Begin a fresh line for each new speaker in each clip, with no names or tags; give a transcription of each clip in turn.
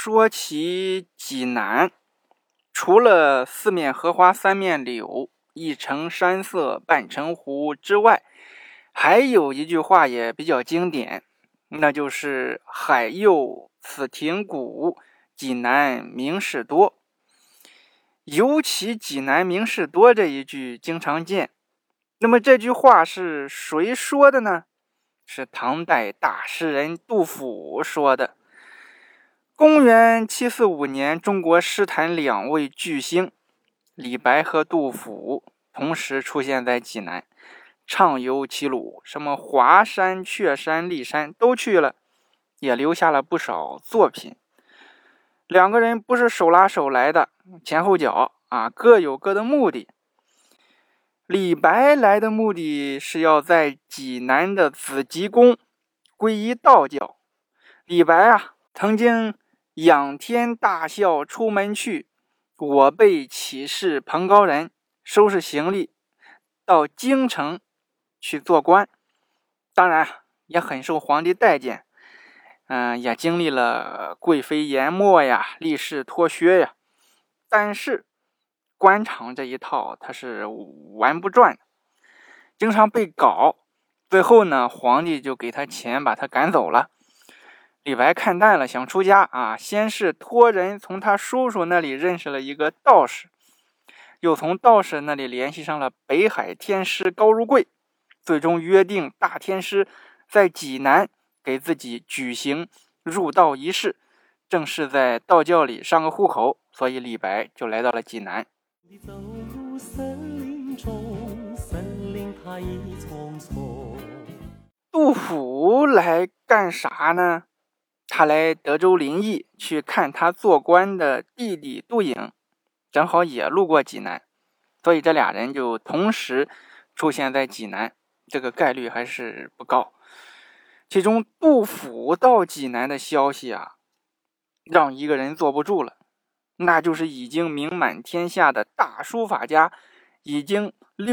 说起济南，除了四面荷花三面柳，一城山色半城湖之外，还有一句话也比较经典，那就是海右此亭古，济南名士多。尤其济南名士多这一句经常见。那么这句话是谁说的呢？是唐代大诗人杜甫说的。公元745年，中国诗坛两位巨星李白和杜甫同时出现在济南，畅游齐鲁，什么华山、雀山、骊山都去了，也留下了不少作品。两个人不是手拉手来的，前后脚各有各的目的。李白来的目的是要在济南的紫极宫皈依道教。李白曾经仰天大笑出门去，我辈岂是蓬高人，收拾行李到京城去做官。当然也很受皇帝待见，也经历了贵妃研墨呀、力士脱靴呀，但是官场这一套他是玩不转的，经常被搞。最后呢，皇帝就给他钱把他赶走了。李白看淡了，想出家先是托人从他叔叔那里认识了一个道士，又从道士那里联系上了北海天师高如贵，最终约定大天师在济南给自己举行入道仪式，正是在道教里上个户口，所以李白就来到了济南。
走入森林中，森林它一丛丛。
杜甫来干啥呢？他来德州临沂去看他做官的弟弟杜颖，正好也路过济南，所以这俩人就同时出现在济南，这个概率还是不高。其中杜甫到济南的消息让一个人坐不住了，那就是已经名满天下的大书法家，已经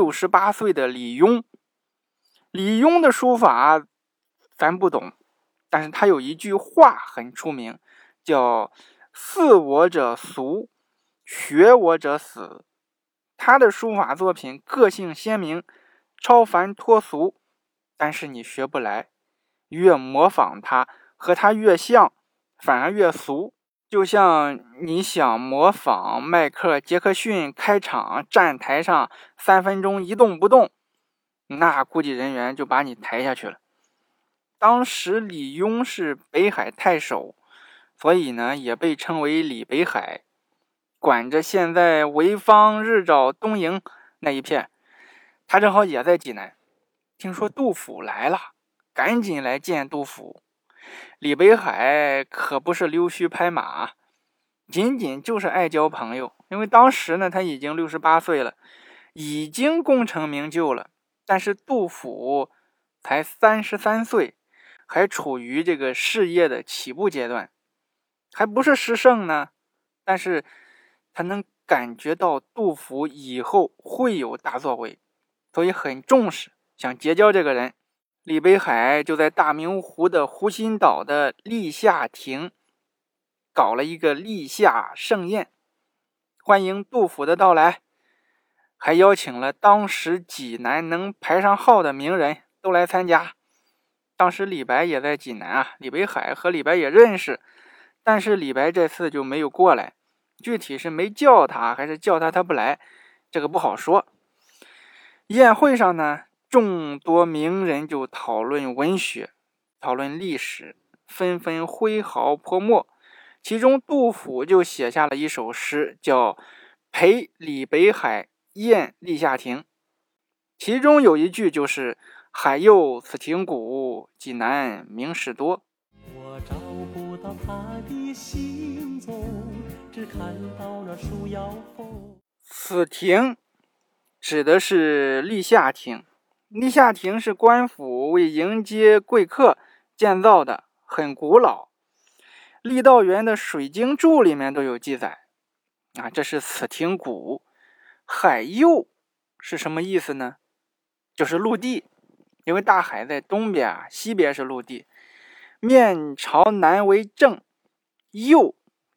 68岁的李邕。李邕的书法咱不懂，但是他有一句话很出名，叫似我者俗，学我者死。他的书法作品个性鲜明，超凡脱俗，但是你学不来，越模仿他，和他越像，反而越俗。就像你想模仿迈克·杰克逊开场站台上3分钟一动不动，那估计人员就把你抬下去了。当时李邕是北海太守，所以呢也被称为李北海，管着现在潍坊、日照、东营那一片。他正好也在济南，听说杜甫来了，赶紧来见杜甫。李北海可不是溜须拍马，仅仅就是爱交朋友。因为当时呢他已经68岁了，已经功成名就了，但是杜甫才33岁，还处于这个事业的起步阶段，还不是诗圣呢，但是他能感觉到杜甫以后会有大作为，所以很重视，想结交这个人。李北海就在大明湖的湖心岛的立夏亭搞了一个立夏盛宴，欢迎杜甫的到来，还邀请了当时济南能排上号的名人都来参加。当时李白也在济南李北海和李白也认识，但是李白这次就没有过来，具体是没叫他还是叫他不来，这个不好说。宴会上呢，众多名人就讨论文学，讨论历史，纷纷挥毫泼墨。其中杜甫就写下了一首诗，叫《陪李北海宴立夏亭》，其中有一句就是海右此亭古，济南名士多。
我找不到他的行踪，只看到了树摇风。
此亭指的是立夏亭，立夏亭是官府为迎接贵客建造的，很古老。郦道元的水经注里面都有记载这是此亭古。海右是什么意思呢？就是陆地，因为大海在东边西边是陆地。面朝南为正，右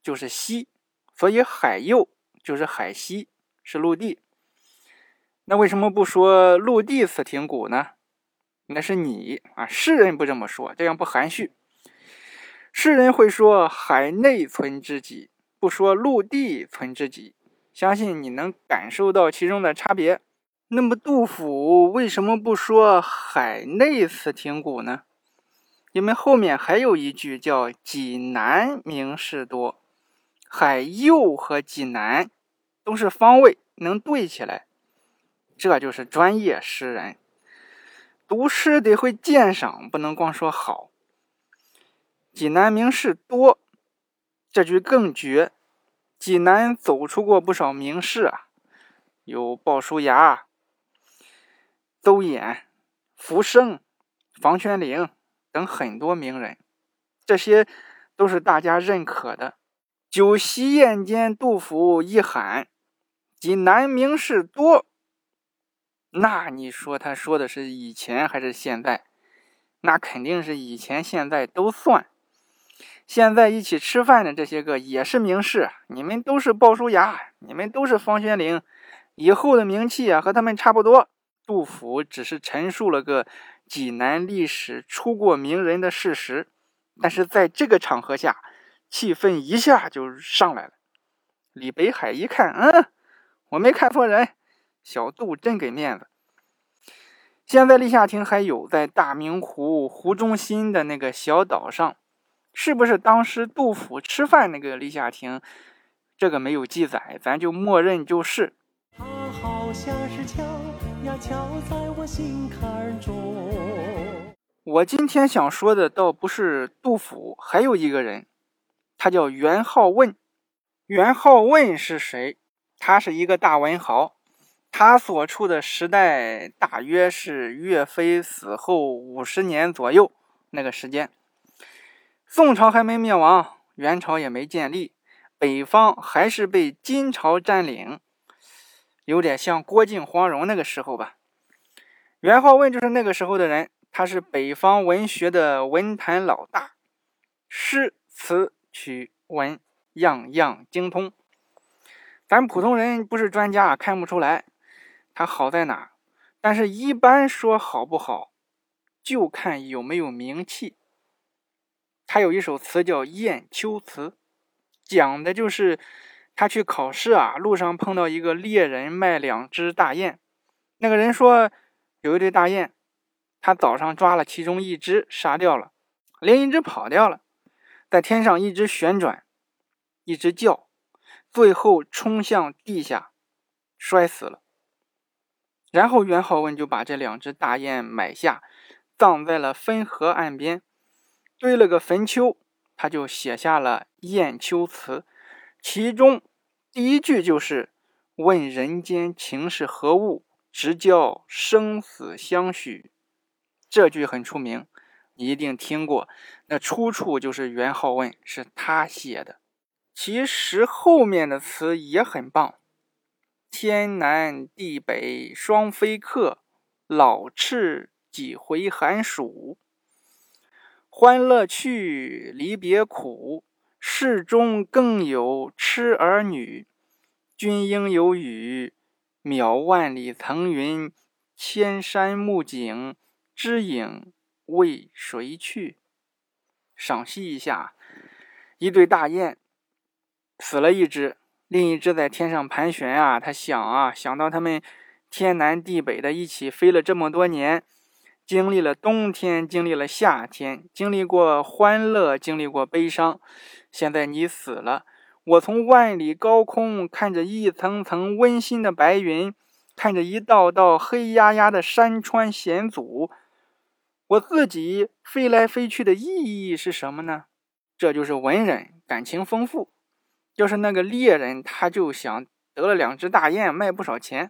就是西，所以海右就是海西，是陆地。那为什么不说陆地此庭谷呢？那是你啊，世人不这么说，这样不含蓄。世人会说海内存知己，不说陆地存知己，相信你能感受到其中的差别。那么杜甫为什么不说海内此庭谷呢？因为后面还有一句叫济南名士多，海右和济南都是方位，能对起来，这就是专业诗人。读诗得会鉴赏，不能光说好。济南名士多，这句更绝。济南走出过不少名士啊，有鲍叔牙、邹衍、浮生、房玄龄等很多名人，这些都是大家认可的。酒席宴间，杜甫一喊济南名士多，那你说他说的是以前还是现在？那肯定是以前现在都算。现在一起吃饭的这些个也是名士，你们都是鲍叔牙，你们都是房玄龄，以后的名气和他们差不多。杜甫只是陈述了个济南历史出过名人的事实，但是在这个场合下，气氛一下就上来了。李北海一看，我没看错人，小杜真给面子。现在历下亭还有在大明湖湖中心的那个小岛上，是不是当时杜甫吃饭那个历下亭？这个没有记载，咱就默认就是。
它好像是敲呀敲在我心坎中。
我今天想说的倒不是杜甫，还有一个人，他叫元好问。元好问是谁？他是一个大文豪，他所处的时代大约是岳飞死后50年左右那个时间。宋朝还没灭亡，元朝也没建立，北方还是被金朝占领，有点像郭靖、黄蓉那个时候吧。元好问就是那个时候的人，他是北方文学的文坛老大，诗词曲文样样精通。咱普通人不是专家，看不出来他好在哪，但是一般说好不好，就看有没有名气。他有一首词叫《雁丘词》，讲的就是他去考试路上碰到一个猎人卖2只大雁，那个人说有一对大雁，他早上抓了其中1只杀掉了，另1只跑掉了，在天上一直旋转，一直叫，最后冲向地下摔死了。然后元好问就把这2只大雁买下，葬在了汾河岸边，堆了个坟丘，他就写下了《雁丘词》，其中第一句就是问人间情是何物，直教生死相许。这句很出名，你一定听过，那出处就是元好问，是他写的。其实后面的词也很棒，天南地北双飞客，老翅几回寒暑。欢乐去，离别苦，市中更有痴儿女。君应有语，渺万里层云，千山暮景，知影为谁去？赏析一下，一对大雁死了1只，另1只在天上盘旋他想到他们天南地北的一起飞了这么多年，经历了冬天，经历了夏天，经历过欢乐，经历过悲伤，现在你死了，我从万里高空看着一层层温馨的白云，看着一道道黑压压的山川险阻，我自己飞来飞去的意义是什么呢？这就是文人感情丰富。要是那个猎人，他就想得了2只大雁，卖不少钱。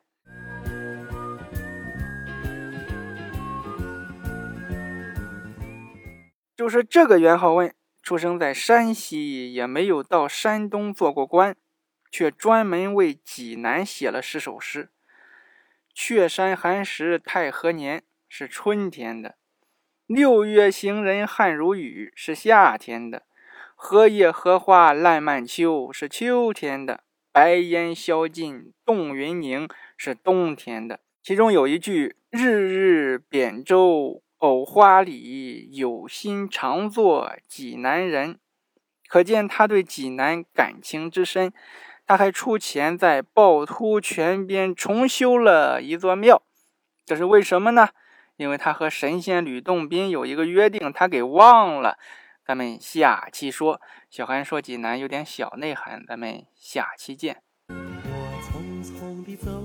就是这个元好问出生在山西，也没有到山东做过官，却专门为济南写了10首诗。雀山寒食太和年是春天的，6月行人汗如雨是夏天的， 荷叶荷花烂漫秋是秋天的，白烟消尽冻云凝是冬天的。其中有一句日日扁舟藕花里，有心常作济南人，可见他对济南感情之深。他还出钱在趵突泉边重修了一座庙，这是为什么呢？因为他和神仙吕洞宾有一个约定，他给忘了。咱们下期说。小韩说济南有点小内涵，咱们下期见。
我匆匆地走